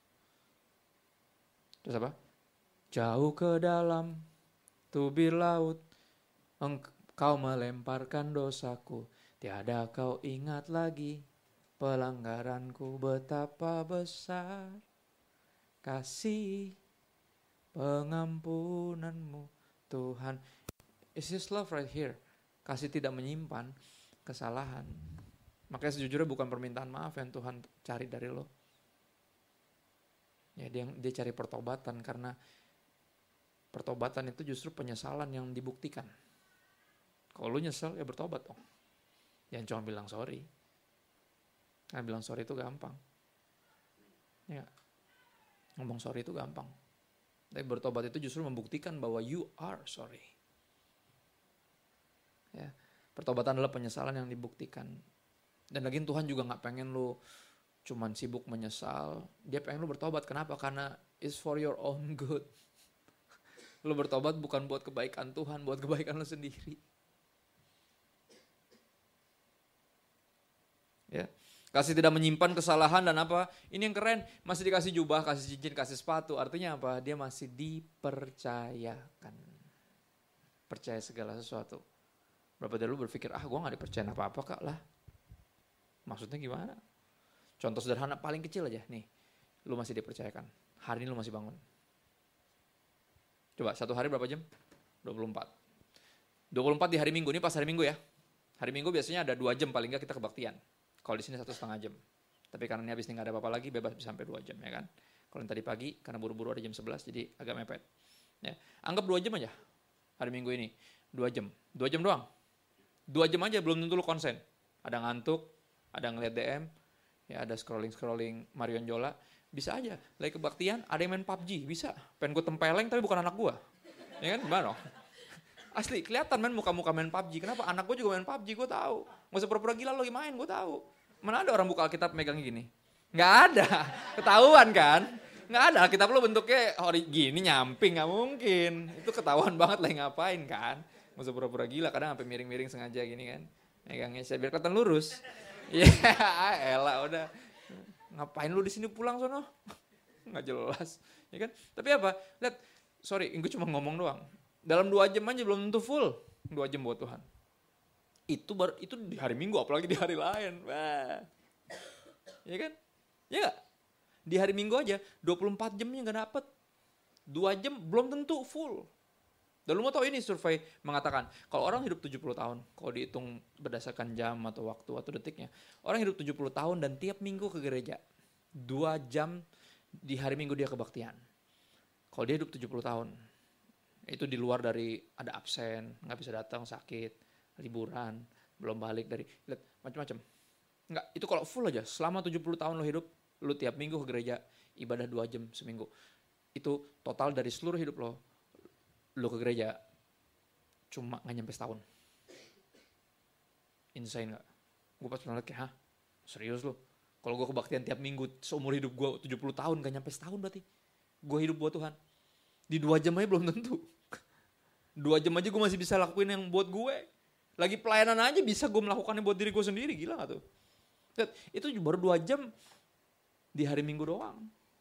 Terus apa? Jauh ke dalam tubir laut engkau melemparkan dosaku. Tiada kau ingat lagi pelanggaranku. Betapa besar kasih pengampunanmu Tuhan. It's His love right here. Kasih tidak menyimpan kesalahan. Makanya sejujurnya bukan permintaan maaf yang Tuhan cari dari lo. Ya, dia cari pertobatan, karena pertobatan itu justru penyesalan yang dibuktikan. Kalau lo nyesel, ya bertobat dong. Jangan cuma bilang sorry. Karena bilang sorry itu gampang. Ya, ngomong sorry itu gampang. Tapi bertobat itu justru membuktikan bahwa you are sorry. Ya, pertobatan adalah penyesalan yang dibuktikan. Dan lagi Tuhan juga gak pengen lu cuman sibuk menyesal. Dia pengen lu bertobat. Kenapa? Karena it's for your own good. Lu bertobat bukan buat kebaikan Tuhan, buat kebaikan lu sendiri. Ya. Kasih tidak menyimpan kesalahan dan apa? Ini yang keren, masih dikasih jubah, kasih cincin, kasih sepatu. Artinya apa? Dia masih dipercayakan. Percaya segala sesuatu. Berapa dari lu berpikir, gue gak dipercayain apa-apa kak lah. Maksudnya gimana? Contoh sederhana paling kecil aja nih. Lu masih dipercayakan. Hari ini lu masih bangun. Coba satu hari berapa jam? 24. 24 di hari Minggu, ini pas hari Minggu ya. Hari Minggu biasanya ada 2 jam paling gak kita kebaktian. Kalau di sini 1,5 jam. Tapi karena ini habis ini gak ada apa-apa lagi, bebas bisa sampai 2 jam ya kan. Kalau yang tadi pagi, karena buru-buru ada jam 11, jadi agak mepet. Ya. Anggap 2 jam aja hari Minggu ini. 2 jam. 2 jam doang. 2 jam aja belum tentu lu konsen. Ada ngantuk, ada ngeliat DM, ya ada scrolling Marion Jola. Bisa aja. Lagi kebaktian, ada yang main PUBG. Bisa. Pengen gue tempeleng tapi bukan anak gue. Ya kan? Gimana? Asli, kelihatan muka-muka main PUBG. Kenapa? Anak gue juga main PUBG, gue tahu. Gak usah pura-pura gila lo lagi main, gue tahu. Mana ada orang buka Alkitab megang gini? Gak ada. Ketahuan kan? Gak ada. Alkitab lo bentuknya gini, nyamping. Gak mungkin. Itu ketahuan banget lagi ngapain kan? Gak usah pura-pura gila. Kadang sampai miring-miring sengaja gini kan. Megangnya saya biar kelihatan lurus. Ya elah udah. Ngapain lu di sini pulang sono? Gak jelas. Ya kan? Tapi apa? Lihat, sorry, gue cuma ngomong doang. Dalam 2 jam aja belum tentu full 2 jam buat Tuhan. Itu di hari Minggu, apalagi di hari lain. Wah. Ya kan? Ya gak? Di hari Minggu aja 24 jamnya gak dapet. 2 jam belum tentu full. Dan lu mau tahu ini survei mengatakan, kalau orang hidup 70 tahun, kalau dihitung berdasarkan jam atau waktu atau detiknya, orang hidup 70 tahun dan tiap minggu ke gereja. 2 jam di hari Minggu dia kebaktian. Kalau dia hidup 70 tahun, itu di luar dari ada absen, nggak bisa datang, sakit, liburan, belum balik dari, lihat macam-macam. Nggak, itu kalau full aja, selama 70 tahun lo hidup, lo tiap minggu ke gereja, ibadah 2 jam seminggu. Itu total dari seluruh hidup lo ke gereja, cuma nggak nyampe setahun. Insane nggak? Gue pas pernah lihat kayak, Serius loh. Kalau gue kebaktian tiap minggu, seumur hidup gue 70 tahun, gak nyampe setahun berarti. Gue hidup buat Tuhan. Di 2 jam aja belum tentu. 2 jam aja gue masih bisa lakuin yang buat gue. Lagi pelayanan aja bisa gue melakukannya buat diri gue sendiri, gila gak tuh? Itu baru 2 jam di hari Minggu doang.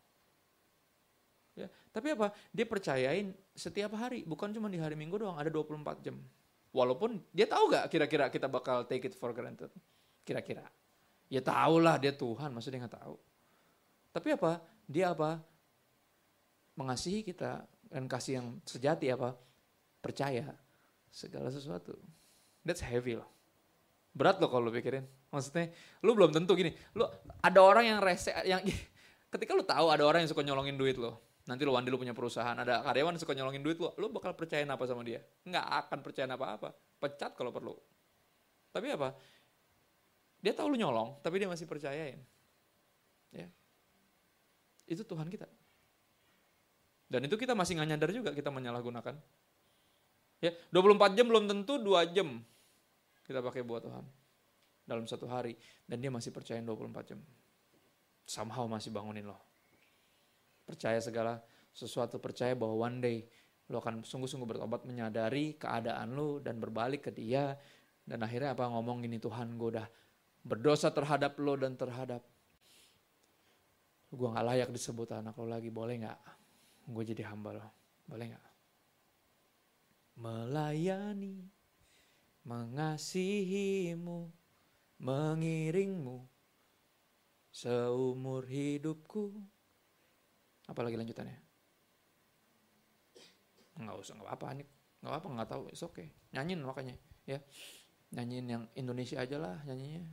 Ya, tapi apa? Dia percayain setiap hari, bukan cuma di hari Minggu doang, ada 24 jam. Walaupun dia tahu gak kira-kira kita bakal take it for granted? Kira-kira. Ya tahulah dia Tuhan, masa dia gak tahu. Tapi apa? Dia apa? Mengasihi kita, dan kasih yang sejati apa? Percaya segala sesuatu. That's heavy loh. Berat loh kalau lu pikirin. Maksudnya, lu belum tentu gini. Lu ada orang yang rese, yang ketika lu tahu ada orang yang suka nyolongin duit lo. Nanti lu punya perusahaan, ada karyawan yang suka nyolongin duit lu bakal percayain apa sama dia? Nggak akan percayain apa-apa. Pecat kalau perlu. Tapi apa? Dia tahu lu nyolong, tapi dia masih percayain. Ya. Itu Tuhan kita. Dan itu kita masih nggak nyadar juga kita menyalahgunakan. Ya, 24 jam belum tentu 2 jam kita pakai buat Tuhan dalam satu hari, dan dia masih percayain 24 jam. Somehow masih bangunin lo. Percaya segala sesuatu, percaya bahwa one day lo akan sungguh-sungguh bertobat, menyadari keadaan lo dan berbalik ke dia, dan akhirnya apa, ngomong gini, Tuhan gue udah berdosa terhadap lo dan terhadap gue gak layak disebut anak lo lagi, boleh gak gue jadi hamba lo, boleh gak? Melayani, mengasihimu, mengiringmu seumur hidupku. Apalagi lanjutannya? Nggak usah, nggak apa-apa, nggak apa-apa, nggak tahu, it's okay. Nyanyiin makanya, ya, nyanyiin yang Indonesia aja lah nyanyinya.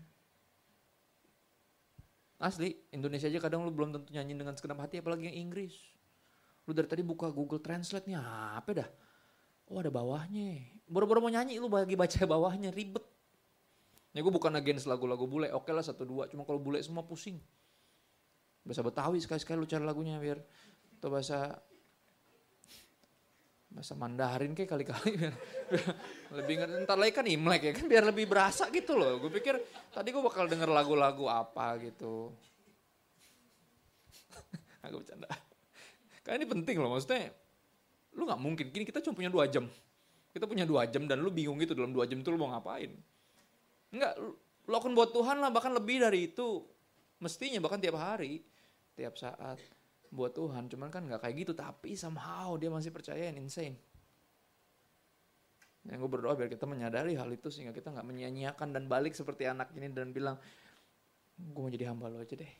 Asli, Indonesia aja kadang lu belum tentu nyanyiin dengan segenap hati, apalagi yang Inggris. Lu dari tadi buka Google Translate nih, apa dah? Oh ada bawahnya. Boro-boro mau nyanyi lu lagi baca bawahnya, ribet. Ya gue bukan against lagu-lagu bule, oke lah 1-2, cuma kalau bule semua pusing. Bahasa Betawi sekali-sekali lu cari lagunya biar, atau bahasa Mandarin kayak kali-kali biar lebih ngerti. Ntar lagi kan Imlek ya kan, biar lebih berasa gitu loh. Gue pikir tadi gue bakal denger lagu-lagu apa gitu. Aku bercanda. Karena ini penting loh, maksudnya lu gak mungkin, gini kita cuma punya 2 jam. Kita punya 2 jam dan lu bingung gitu dalam 2 jam itu lu mau ngapain. Enggak, lu akan buat Tuhan lah, bahkan lebih dari itu. Mestinya bahkan tiap hari, tiap saat buat Tuhan. Cuman kan gak kayak gitu, tapi somehow dia masih percayain, insane. Yang gue berdoa biar kita menyadari hal itu sehingga kita gak menyia-nyiakan dan balik seperti anak ini dan bilang, gue mau jadi hamba lo aja deh.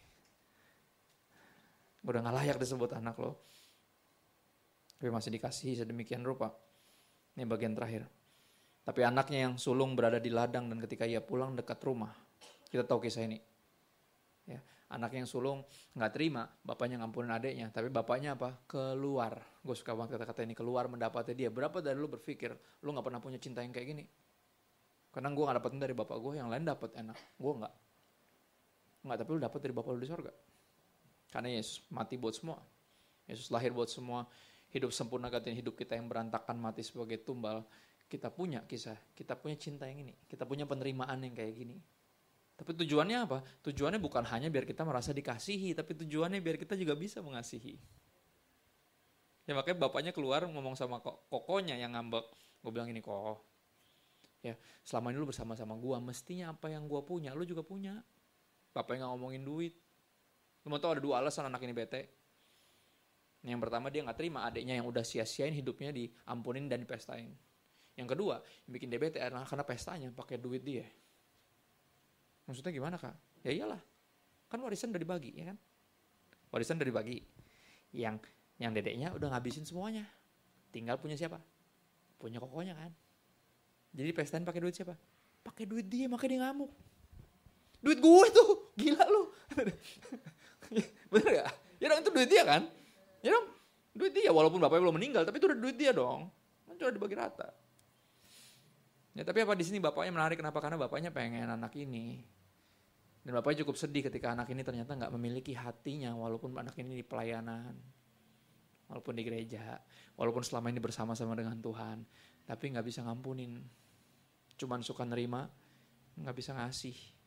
Gue udah gak layak disebut anak lo. Tapi masih dikasihi sedemikian rupa. Ini bagian terakhir. Tapi anaknya yang sulung berada di ladang dan ketika ia pulang dekat rumah. Kita tahu kisah ini. Ya, anak yang sulung gak terima, bapaknya ngampunin adiknya. Tapi bapaknya apa? Keluar. Gue suka banget kata-kata ini, keluar mendapati dia. Berapa dari lu berpikir, lu gak pernah punya cinta yang kayak gini? Karena gue gak dapetin dari bapak gue, yang lain dapet enak. Gue gak. Enggak, tapi lu dapet dari bapak lu di sorga. Karena Yesus mati buat semua. Yesus lahir buat semua. Hidup sempurna gantiin hidup kita yang berantakan, mati sebagai tumbal. Kita punya kisah, kita punya cinta yang ini. Kita punya penerimaan yang kayak gini. Tapi tujuannya apa? Tujuannya bukan hanya biar kita merasa dikasihi, tapi tujuannya biar kita juga bisa mengasihi. Ya makanya bapaknya keluar ngomong sama kokonya yang ngambek. Gue bilang gini, kok, ya selama ini lu bersama-sama gue, mestinya apa yang gue punya, lu juga punya. Bapaknya gak ngomongin duit. Lu mau tau ada 2 alasan anak ini bete. Yang pertama dia gak terima adiknya yang udah sia-siain hidupnya diampunin dan dipestain. Yang kedua yang bikin dia bete adalah karena pestanya pakai duit dia. Maksudnya gimana kak? Ya iyalah, kan warisan udah dibagi ya kan? Warisan udah dibagi. Yang dedeknya udah ngabisin semuanya. Tinggal punya siapa? Punya kokonya kan? Jadi pestain pakai duit siapa? Pakai duit dia, makanya dia ngamuk. Duit gue tuh, gila lu. Bener gak? Ya dong itu duit dia kan? Ya dong, duit dia, walaupun bapaknya belum meninggal, tapi itu udah duit dia dong. Kan udah dibagi rata. Ya tapi apa di sini bapaknya menarik, kenapa? Karena bapaknya pengen anak ini. Dan bapaknya cukup sedih ketika anak ini ternyata gak memiliki hatinya, walaupun anak ini di pelayanan. Walaupun di gereja, walaupun selama ini bersama-sama dengan Tuhan. Tapi gak bisa ngampunin. Cuman suka nerima, gak bisa ngasih.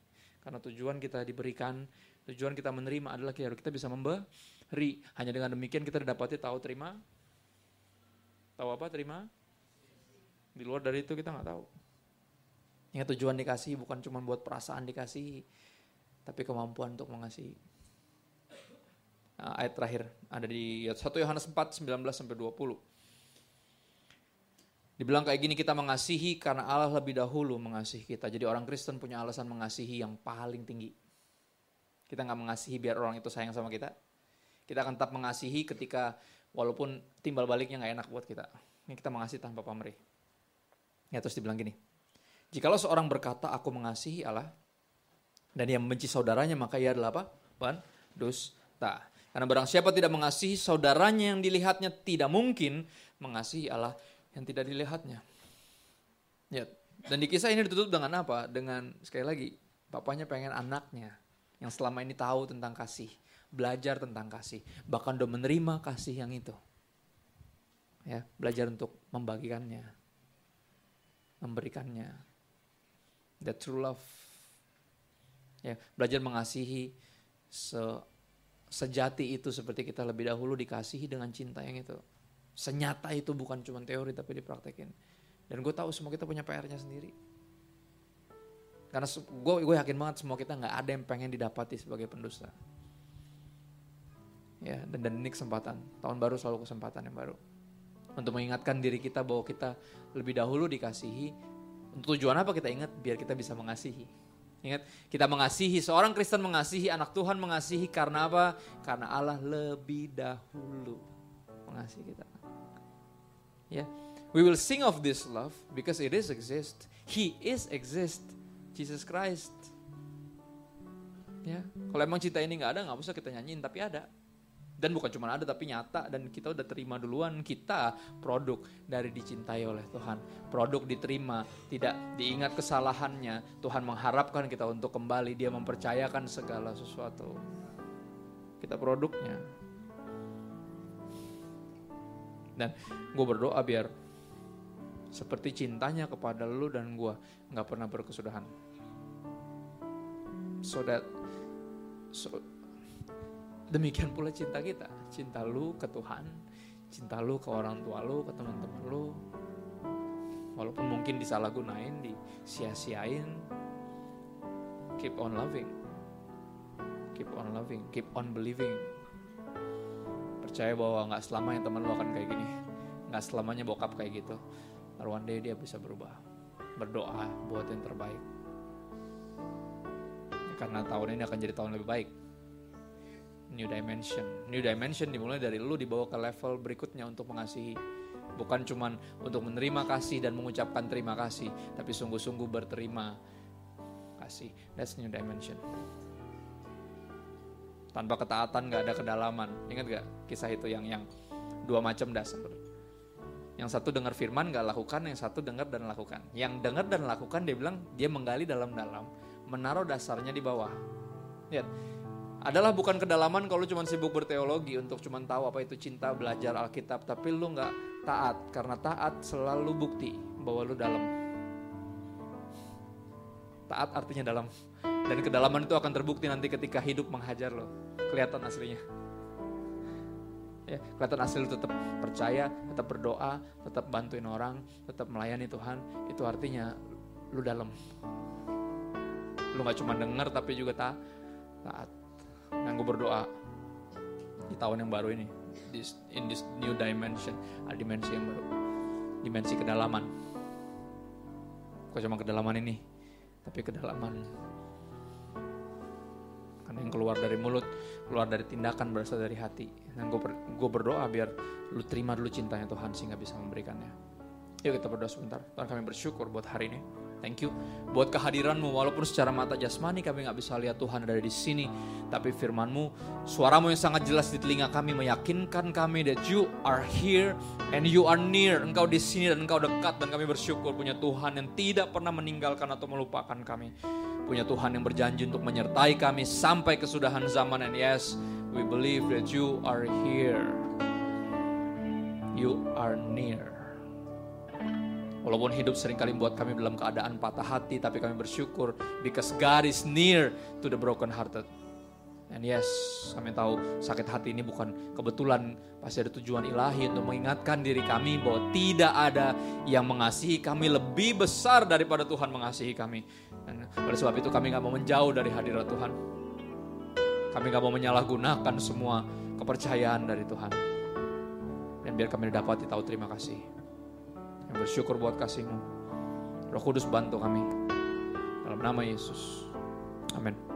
Karena tujuan kita diberikan, tujuan kita menerima adalah kita bisa memberi. Hanya dengan demikian kita dapati tahu terima. Tahu apa terima? Di luar dari itu kita nggak tahu. Ingat, tujuan dikasih bukan cuma buat perasaan dikasih, tapi kemampuan untuk mengasihi. Ayat terakhir ada di 1 Yohanes 4, 19-20. Dibilang kayak gini, kita mengasihi karena Allah lebih dahulu mengasihi kita. Jadi orang Kristen punya alasan mengasihi yang paling tinggi. Kita gak mengasihi biar orang itu sayang sama kita. Kita akan tetap mengasihi ketika walaupun timbal baliknya gak enak buat kita. Ini kita mengasihi tanpa pamrih. Ya, terus dibilang gini, jikalau seorang berkata aku mengasihi Allah dan dia membenci saudaranya, maka ia adalah apa? Pendusta. Karena barang siapa tidak mengasihi saudaranya yang dilihatnya, tidak mungkin mengasihi Allah yang tidak dilihatnya. Ya, dan di kisah ini ditutup dengan apa? Dengan sekali lagi, bapaknya pengen anaknya yang selama ini tahu tentang kasih, belajar tentang kasih, bahkan udah menerima kasih yang itu. Ya, belajar untuk membagikannya, memberikannya. The true love. Ya, belajar mengasihi sejati itu seperti kita lebih dahulu dikasihi dengan cinta yang itu. Senyata itu, bukan cuma teori tapi dipraktekin. Dan gue tahu semua kita punya PR-nya sendiri. Karena gue yakin banget semua kita gak ada yang pengen didapati sebagai pendusta. Ya, dan ini kesempatan. Tahun baru selalu kesempatan yang baru. Untuk mengingatkan diri kita bahwa kita lebih dahulu dikasihi. Untuk tujuan apa kita ingat? Biar kita bisa mengasihi. Ingat, kita mengasihi, seorang Kristen mengasihi, anak Tuhan mengasihi karena apa? Karena Allah lebih dahulu mengasihi kita. Ya, we will sing of this love because it is exist. He is exist, Jesus Christ. Ya, kalau emang cinta ini nggak ada, nggak usah kita nyanyiin, tapi ada. Dan bukan cuma ada, tapi nyata. Dan kita udah terima duluan. Kita produk dari dicintai oleh Tuhan. Produk diterima, tidak diingat kesalahannya. Tuhan mengharapkan kita untuk kembali. Dia mempercayakan segala sesuatu. Kita produknya. Dan gue berdoa biar seperti cintanya kepada lu dan gue gak pernah berkesudahan. Demikian pula cinta kita. Cinta lu ke Tuhan, cinta lu ke orang tua lu, ke teman-teman lu. Walaupun mungkin disalahgunain, disia-siain. Keep on loving. Keep on loving, keep on believing. Percaya bahwa gak selamanya teman lu akan kayak gini. Gak selamanya bokap kayak gitu. One day dia bisa berubah. Berdoa buat yang terbaik. Karena tahun ini akan jadi tahun lebih baik. New dimension dimulai dari lu dibawa ke level berikutnya untuk mengasihi. Bukan cuman untuk menerima kasih dan mengucapkan terima kasih, tapi sungguh-sungguh berterima kasih. That's new dimension. Tanpa ketaatan gak ada kedalaman. Ingat gak kisah itu yang dua macam dasar. Yang satu dengar firman gak lakukan, yang satu dengar dan lakukan. Yang dengar dan lakukan dia bilang dia menggali dalam-dalam, menaruh dasarnya di bawah. Lihat, adalah bukan kedalaman kalau cuma sibuk berteologi untuk cuma tahu apa itu cinta, belajar Alkitab, tapi lu gak taat. Karena taat selalu bukti bahwa lu dalam. Taat artinya dalam. Dan kedalaman itu akan terbukti nanti ketika hidup menghajar lo. Kelihatan aslinya. Ya, kelihatan asli lo tetap percaya, tetap berdoa, tetap bantuin orang, tetap melayani Tuhan. Itu artinya lo dalam. Lo gak cuma dengar tapi juga taat. Dan gue berdoa di tahun yang baru ini. In this new dimension. Ada dimensi yang baru. Dimensi kedalaman. Bukan cuma kedalaman ini. Tapi kedalaman yang keluar dari mulut, keluar dari tindakan, berasal dari hati. Dan gue berdoa biar lu terima dulu cintanya Tuhan sehingga bisa memberikannya. Yuk kita berdoa sebentar. Tuhan, kami bersyukur buat hari ini. Thank you buat kehadiranmu. Walaupun secara mata jasmani kami gak bisa lihat Tuhan ada di sini, tapi firman-Mu, suaramu yang sangat jelas di telinga kami meyakinkan kami that you are here and you are near. Engkau di sini dan Engkau dekat, dan kami bersyukur punya Tuhan yang tidak pernah meninggalkan atau melupakan kami. Punya Tuhan yang berjanji untuk menyertai kami sampai kesudahan zaman. And yes, we believe that you are here. You are near. Walaupun hidup seringkali membuat kami dalam keadaan patah hati, tapi kami bersyukur because God is near to the broken hearted. And yes, kami tahu sakit hati ini bukan kebetulan, pasti ada tujuan ilahi untuk mengingatkan diri kami bahwa tidak ada yang mengasihi kami lebih besar daripada Tuhan mengasihi kami. Dan oleh sebab itu kami gak mau menjauh dari hadirat Tuhan. Kami gak mau menyalahgunakan semua kepercayaan dari Tuhan. Dan biar kami dapati tahu terima kasih. Yang bersyukur buat kasih-Mu. Roh Kudus bantu kami. Dalam nama Yesus. Amin.